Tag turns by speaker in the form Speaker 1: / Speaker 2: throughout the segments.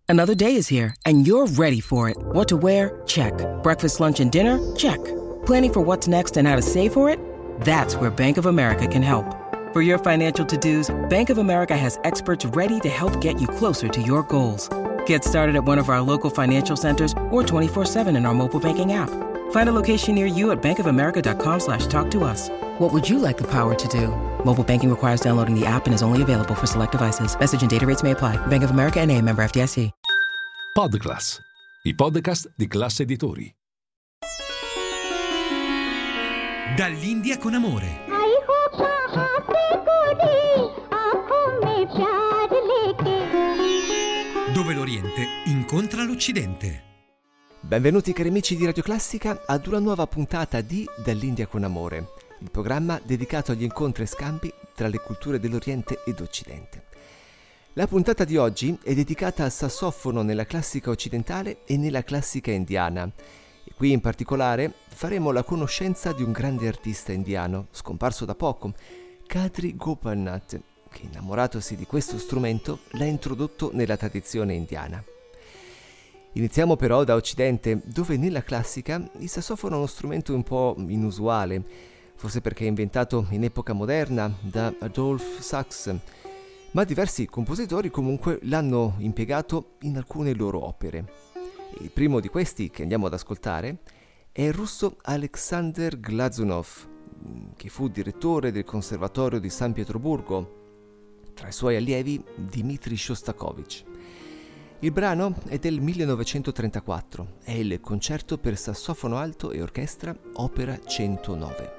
Speaker 1: Another day is here, and you're ready for it. What to wear? Check. Breakfast, lunch, and dinner? Check. Planning for what's next and how to save for it? That's where Bank of America can help. For your financial to-dos, Bank of America has experts ready to help get you closer to your goals. Get started at one of our local financial centers or 24/7 in our mobile banking app. Find a location near you at bankofamerica.com/talktous. What would you like the power to do? Mobile banking requires downloading the app and is only available for select devices. Message and data rates may apply. Bank of America N.A., member FDIC.
Speaker 2: Podclass, i podcast di Classe Editori.
Speaker 3: Dall'India con amore. Dove l'Oriente incontra l'Occidente.
Speaker 4: Benvenuti cari amici di Radio Classica ad una nuova puntata di Dall'India con amore, il programma dedicato agli incontri e scambi tra le culture dell'Oriente ed Occidente. La puntata di oggi è dedicata al sassofono nella classica occidentale e nella classica indiana. E qui in particolare faremo la conoscenza di un grande artista indiano, scomparso da poco, Khatri Gopalnath, che innamoratosi di questo strumento l'ha introdotto nella tradizione indiana. Iniziamo però da Occidente, dove nella classica il sassofono è uno strumento un po' inusuale, forse perché è inventato in epoca moderna da Adolphe Sax, ma diversi compositori comunque l'hanno impiegato in alcune loro opere. Il primo di questi che andiamo ad ascoltare è il russo Alexander Glazunov, che fu direttore del Conservatorio di San Pietroburgo, tra i suoi allievi Dmitri Shostakovich. Il brano è del 1934, è il concerto per sassofono alto e orchestra opera 109.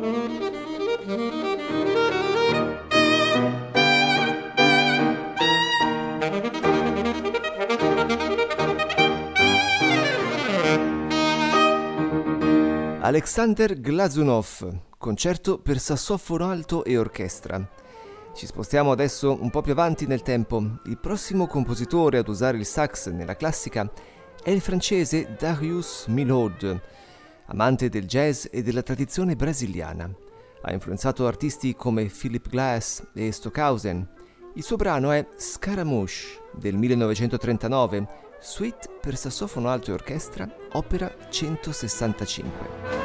Speaker 4: Alexander Glazunov, concerto per sassofono alto e orchestra. Ci spostiamo adesso un po' più avanti nel tempo. Il prossimo compositore ad usare il sax nella classica è il francese Darius Milhaud, amante del jazz e della tradizione brasiliana. Ha influenzato artisti come Philip Glass e Stockhausen. Il suo brano è Scaramouche del 1939, suite per sassofono alto e orchestra, opera 165.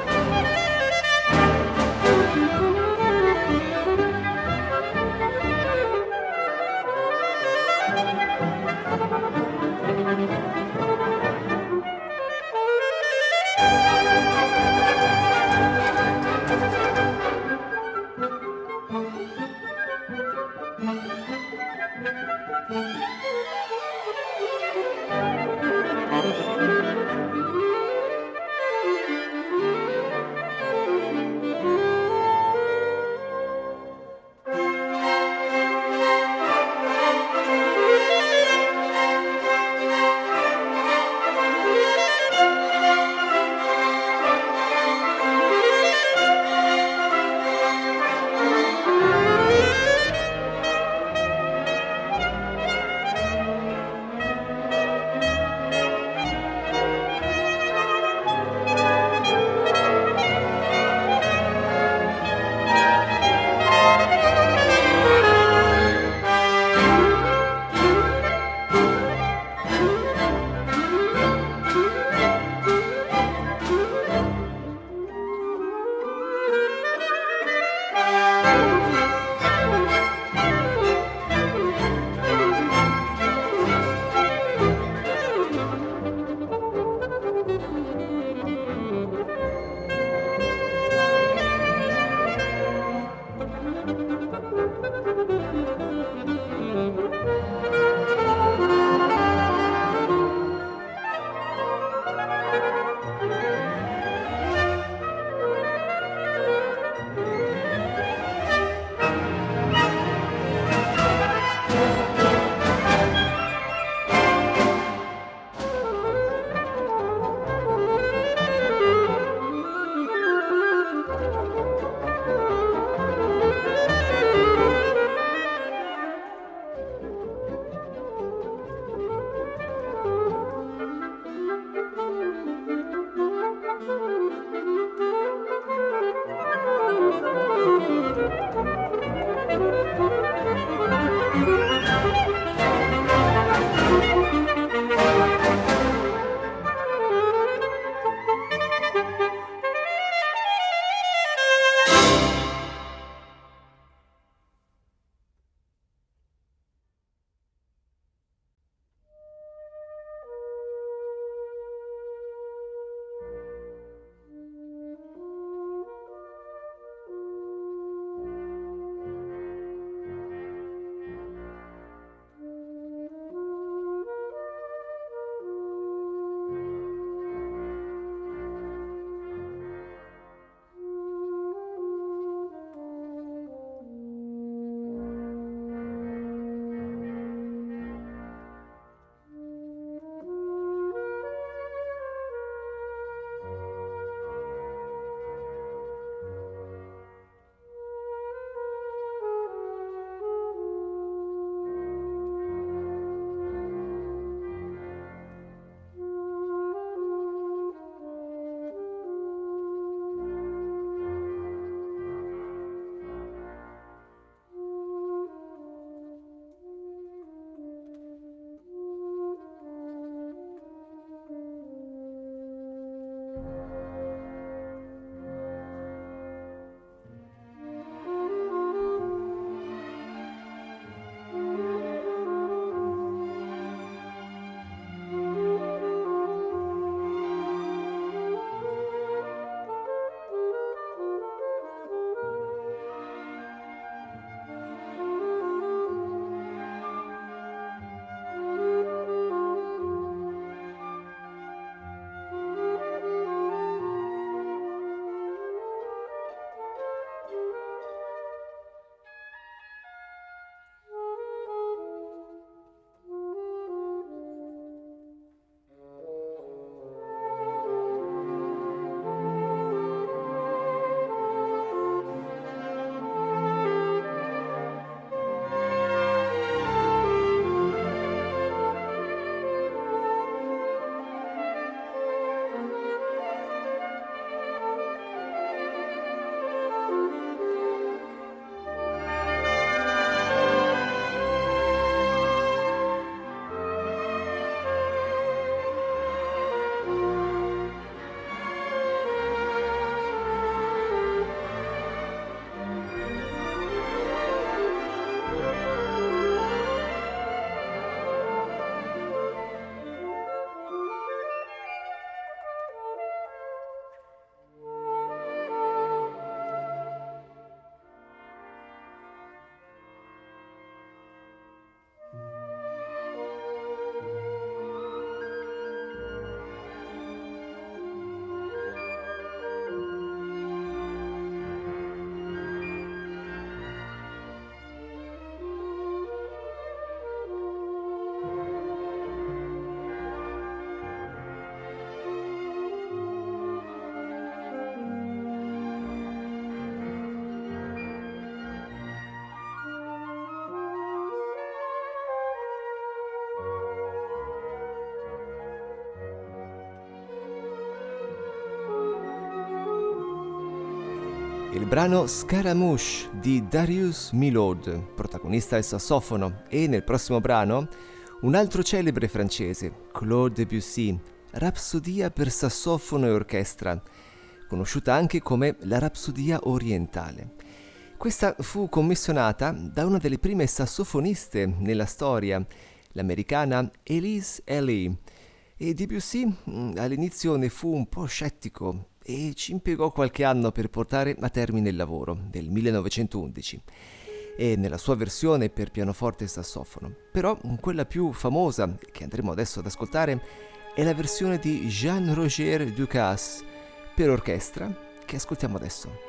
Speaker 4: Il brano Scaramouche di Darius Milhaud, protagonista il sassofono, e nel prossimo brano un altro celebre francese, Claude Debussy, Rapsodia per sassofono e orchestra, conosciuta anche come la Rapsodia orientale. Questa fu commissionata da una delle prime sassofoniste nella storia, l'americana Elise Ely, e Debussy all'inizio ne fu un po' scettico e ci impiegò qualche anno per portare a termine il lavoro, del 1911, e nella sua versione per pianoforte e sassofono. Però quella più famosa, che andremo adesso ad ascoltare, è la versione di Jean-Roger Ducasse per orchestra, che ascoltiamo adesso.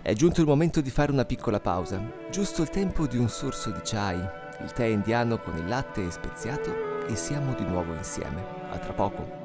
Speaker 4: È giunto il momento di fare una piccola pausa, giusto il tempo di un sorso di chai, il tè indiano con il latte speziato e siamo di nuovo insieme. A tra poco.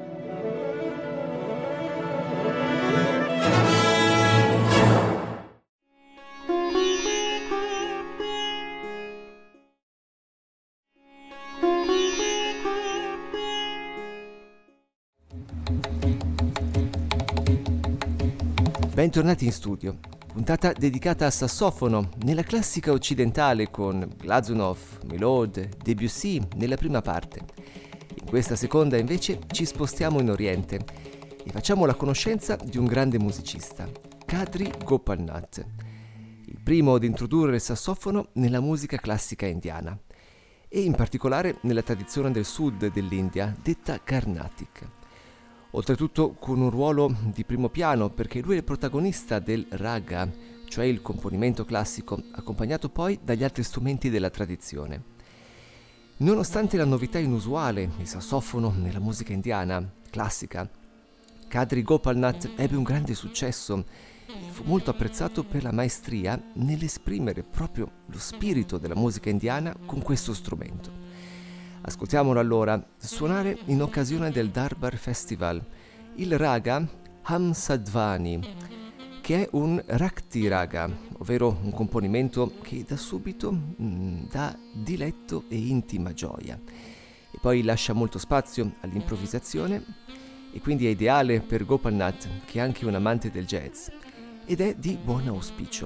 Speaker 4: Bentornati in studio. Puntata dedicata al sassofono, nella classica occidentale con Glazunov, Milhaud, Debussy nella prima parte. In questa seconda invece ci spostiamo in Oriente e facciamo la conoscenza di un grande musicista, Kadri Gopalnath, il primo ad introdurre il sassofono nella musica classica indiana e in particolare nella tradizione del sud dell'India, detta Carnatic. Oltretutto con un ruolo di primo piano perché lui è il protagonista del raga, cioè il componimento classico, accompagnato poi dagli altri strumenti della tradizione. Nonostante la novità inusuale, il sassofono nella musica indiana classica, Kadri Gopalnath ebbe un grande successo e fu molto apprezzato per la maestria nell'esprimere proprio lo spirito della musica indiana con questo strumento. Ascoltiamolo allora suonare in occasione del Darbar Festival, il raga Hamsadvani, che è un Rakti raga, ovvero un componimento che da subito dà diletto e intima gioia. E poi lascia molto spazio all'improvvisazione e quindi è ideale per Gopalnath, che è anche un amante del jazz, ed è di buon auspicio.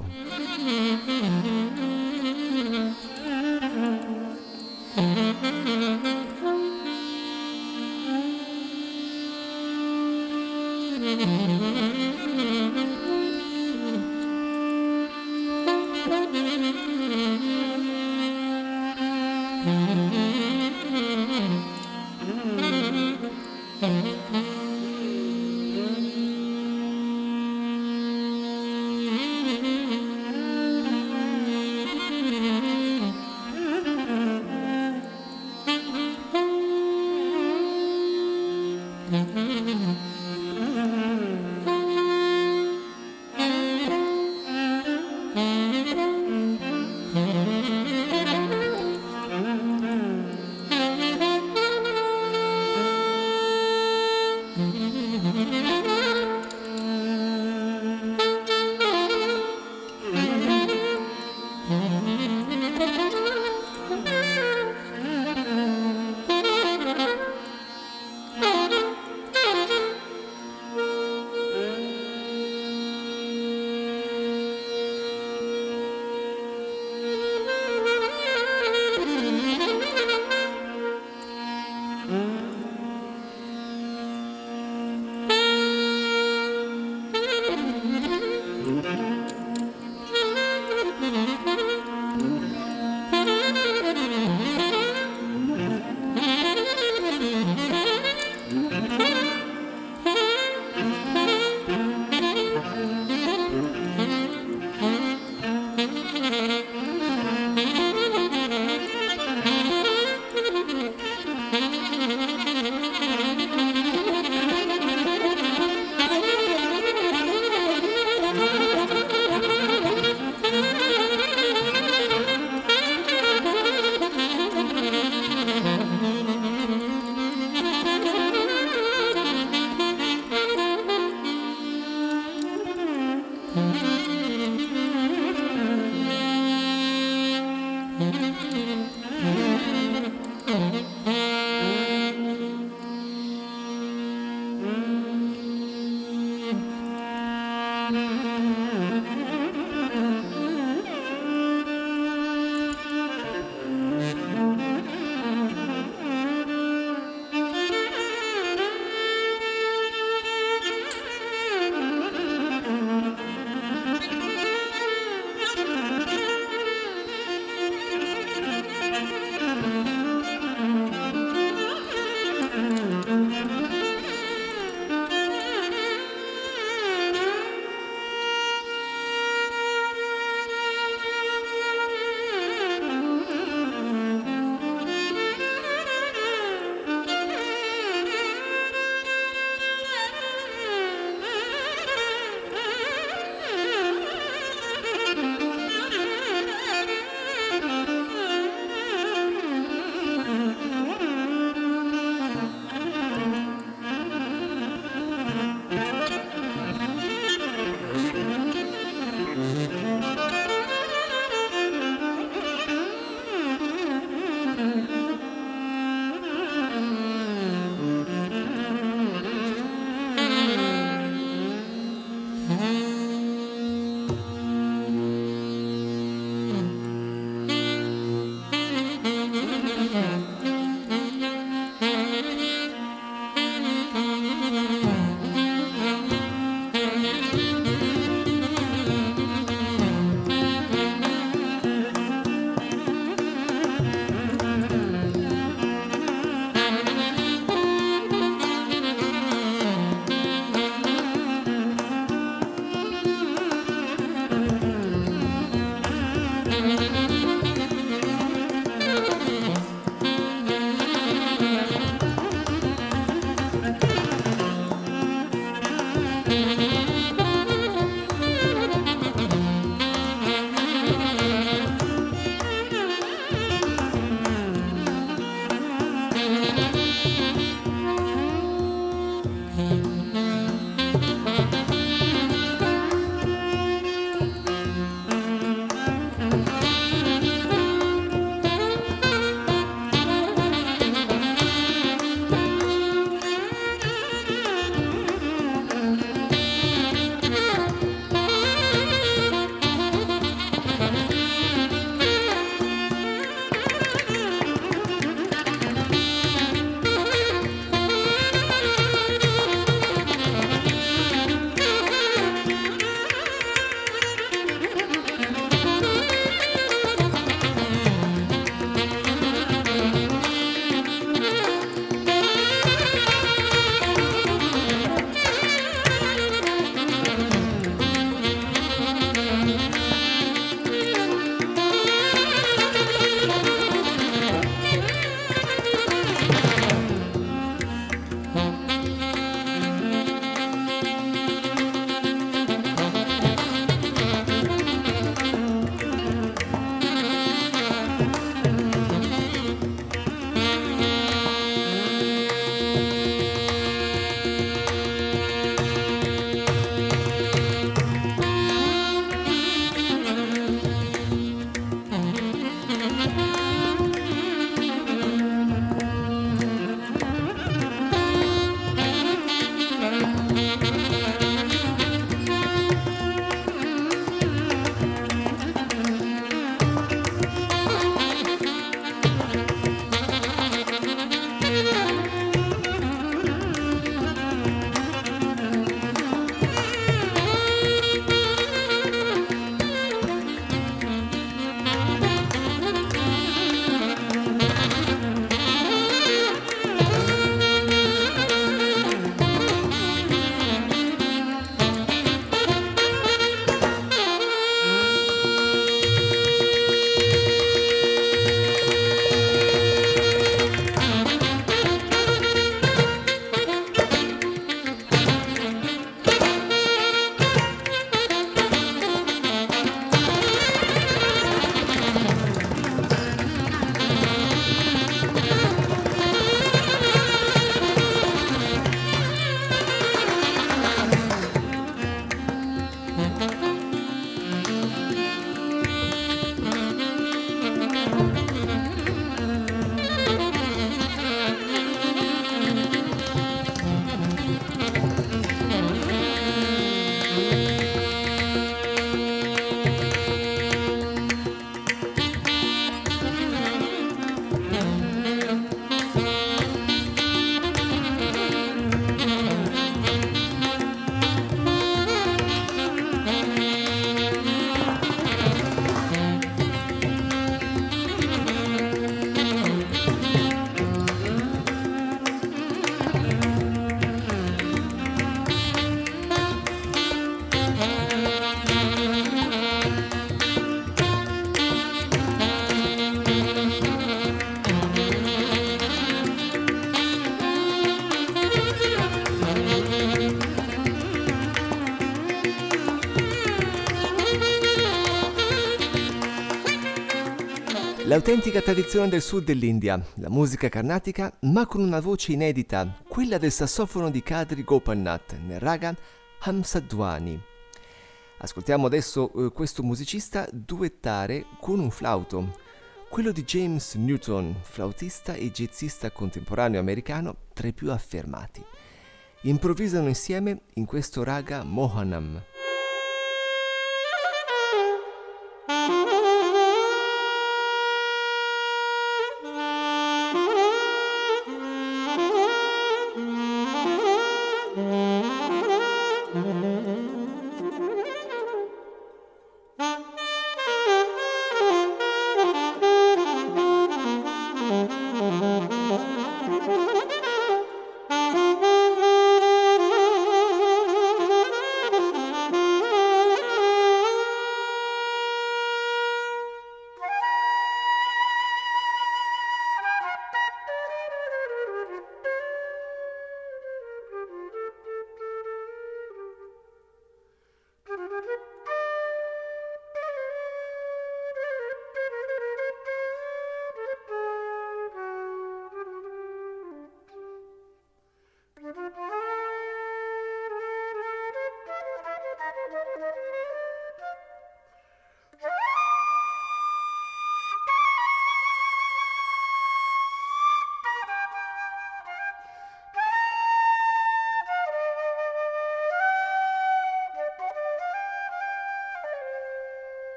Speaker 4: L'autentica tradizione del sud dell'India, la musica carnatica, ma con una voce inedita, quella del sassofono di Kadri Gopalnath nel raga Hamsadwani. Ascoltiamo adesso questo musicista duettare con un flauto, quello di James Newton, flautista e jazzista contemporaneo americano tra i più affermati. Improvvisano insieme in questo raga Mohanam.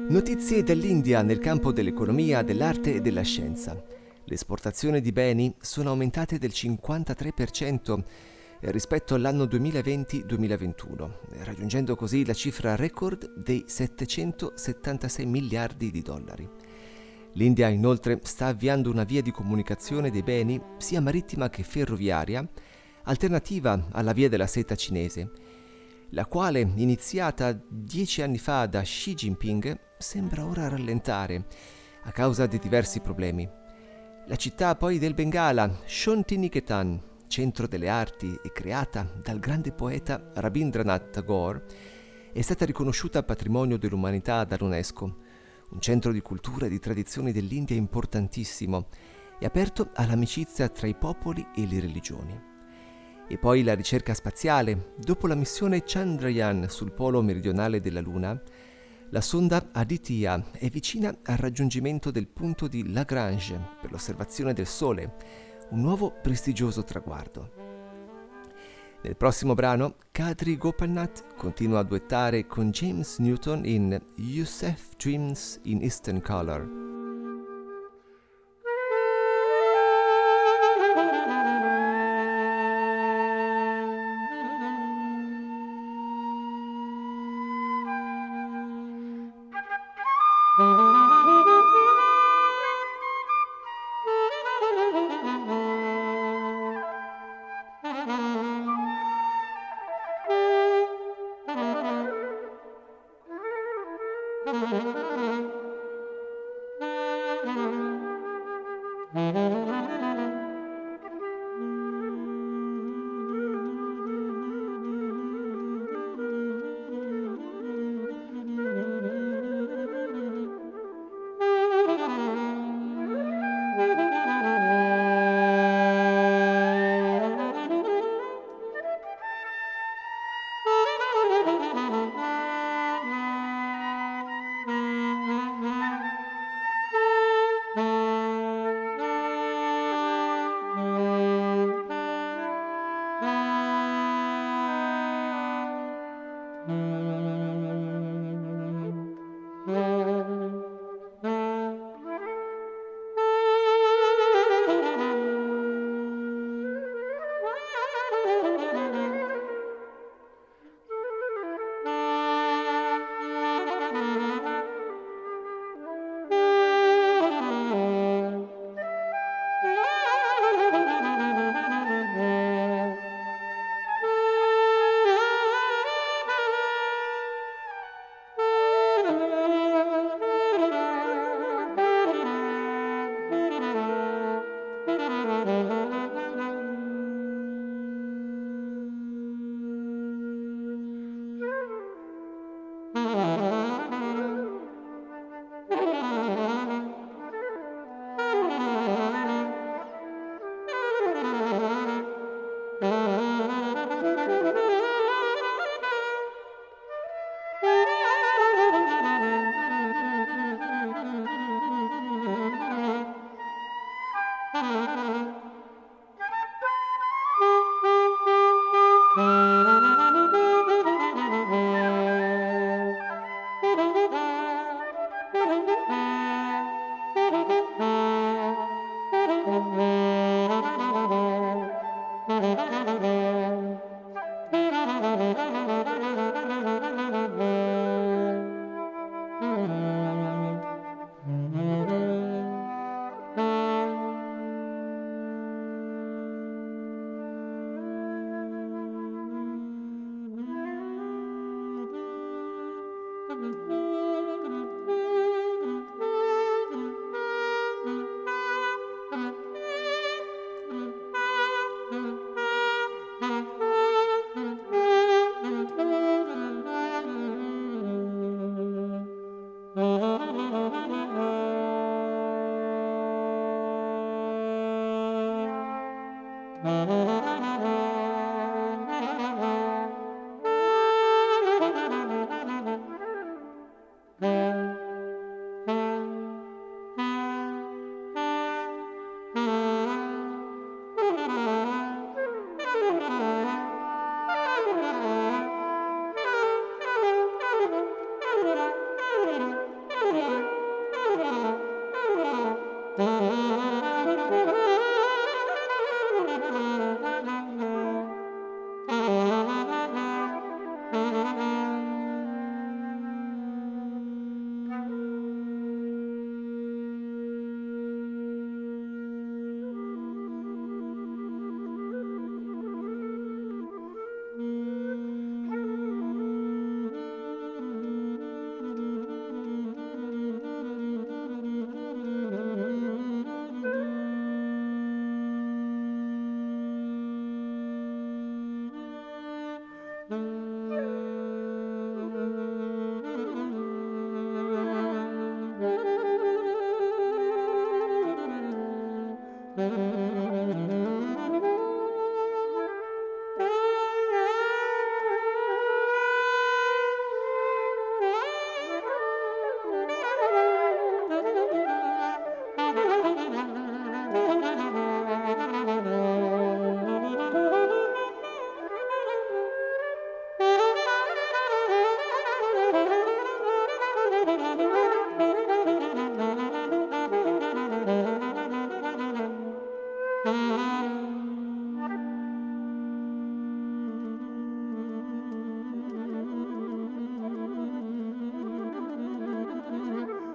Speaker 4: Notizie dall'India nel campo dell'economia, dell'arte e della scienza. Le esportazioni di beni sono aumentate del 53% rispetto all'anno 2020-2021, raggiungendo così la cifra record dei 776 miliardi di dollari. L'India inoltre sta avviando una via di comunicazione dei beni, sia marittima che ferroviaria, alternativa alla via della seta cinese, la quale, iniziata 10 anni fa da Xi Jinping, sembra ora rallentare a causa di diversi problemi. La città poi del Bengala, Shantiniketan, centro delle arti e creata dal grande poeta Rabindranath Tagore, è stata riconosciuta patrimonio dell'umanità dall'UNESCO, un centro di cultura e di tradizioni dell'India importantissimo e aperto all'amicizia tra i popoli e le religioni. E poi la ricerca spaziale. Dopo la missione Chandrayaan sul polo meridionale della Luna, la sonda Aditya è vicina al raggiungimento del punto di Lagrange per l'osservazione del Sole, un nuovo prestigioso traguardo. Nel prossimo brano, Kadri Gopalnath continua a duettare con James Newton in Yusef Dreams in Eastern Color.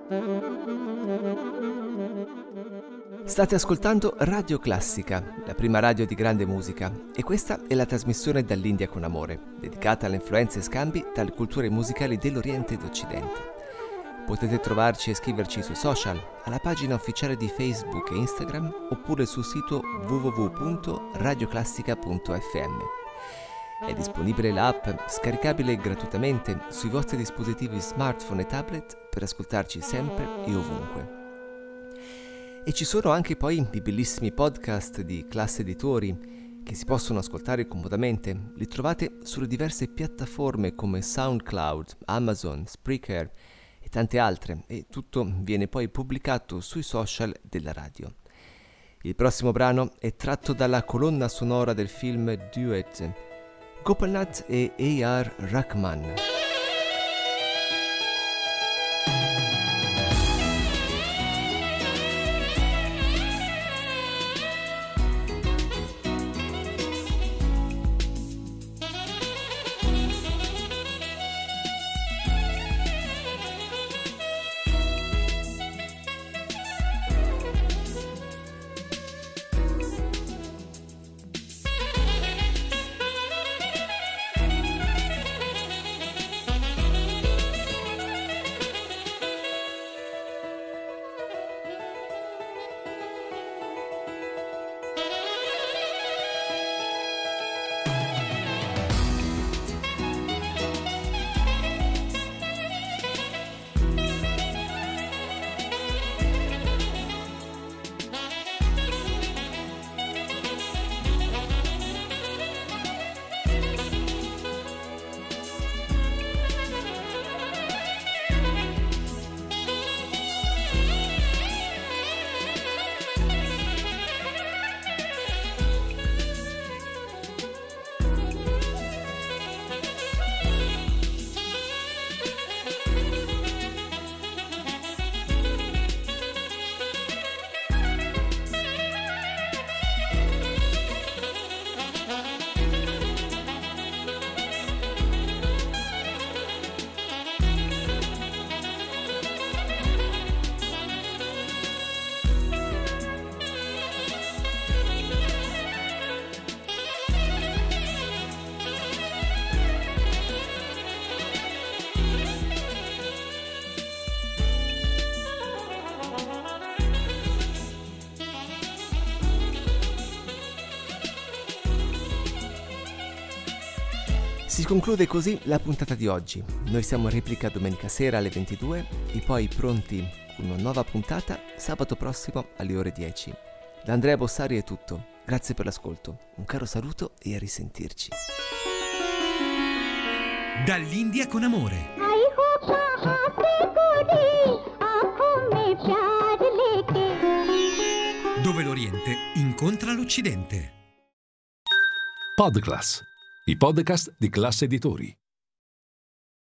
Speaker 4: State ascoltando Radio Classica, la prima radio di grande musica, e questa è la trasmissione Dall'India con amore, dedicata alle influenze e scambi tra le culture musicali dell'Oriente ed Occidente. Potete trovarci e scriverci sui social, alla pagina ufficiale di Facebook e Instagram, oppure sul sito www.radioclassica.fm. È disponibile l'app, scaricabile gratuitamente sui vostri dispositivi smartphone e tablet per ascoltarci sempre e ovunque. E ci sono anche poi i bellissimi podcast di Classe Editori che si possono ascoltare comodamente. Li trovate sulle diverse piattaforme come SoundCloud, Amazon, Spreaker e tante altre, e tutto viene poi pubblicato sui social della radio. Il prossimo brano è tratto dalla colonna sonora del film Duet, Gopalnath e A.R. Rahman. Si conclude così la puntata di oggi. Noi siamo in replica domenica sera alle 22 e poi pronti con una nuova puntata sabato prossimo alle ore 10. Da Andrea Bossari è tutto. Grazie per l'ascolto. Un caro saluto e a risentirci.
Speaker 3: Dall'India con amore. Dove l'Oriente incontra l'Occidente.
Speaker 2: Podclass, i podcast di Classe Editori.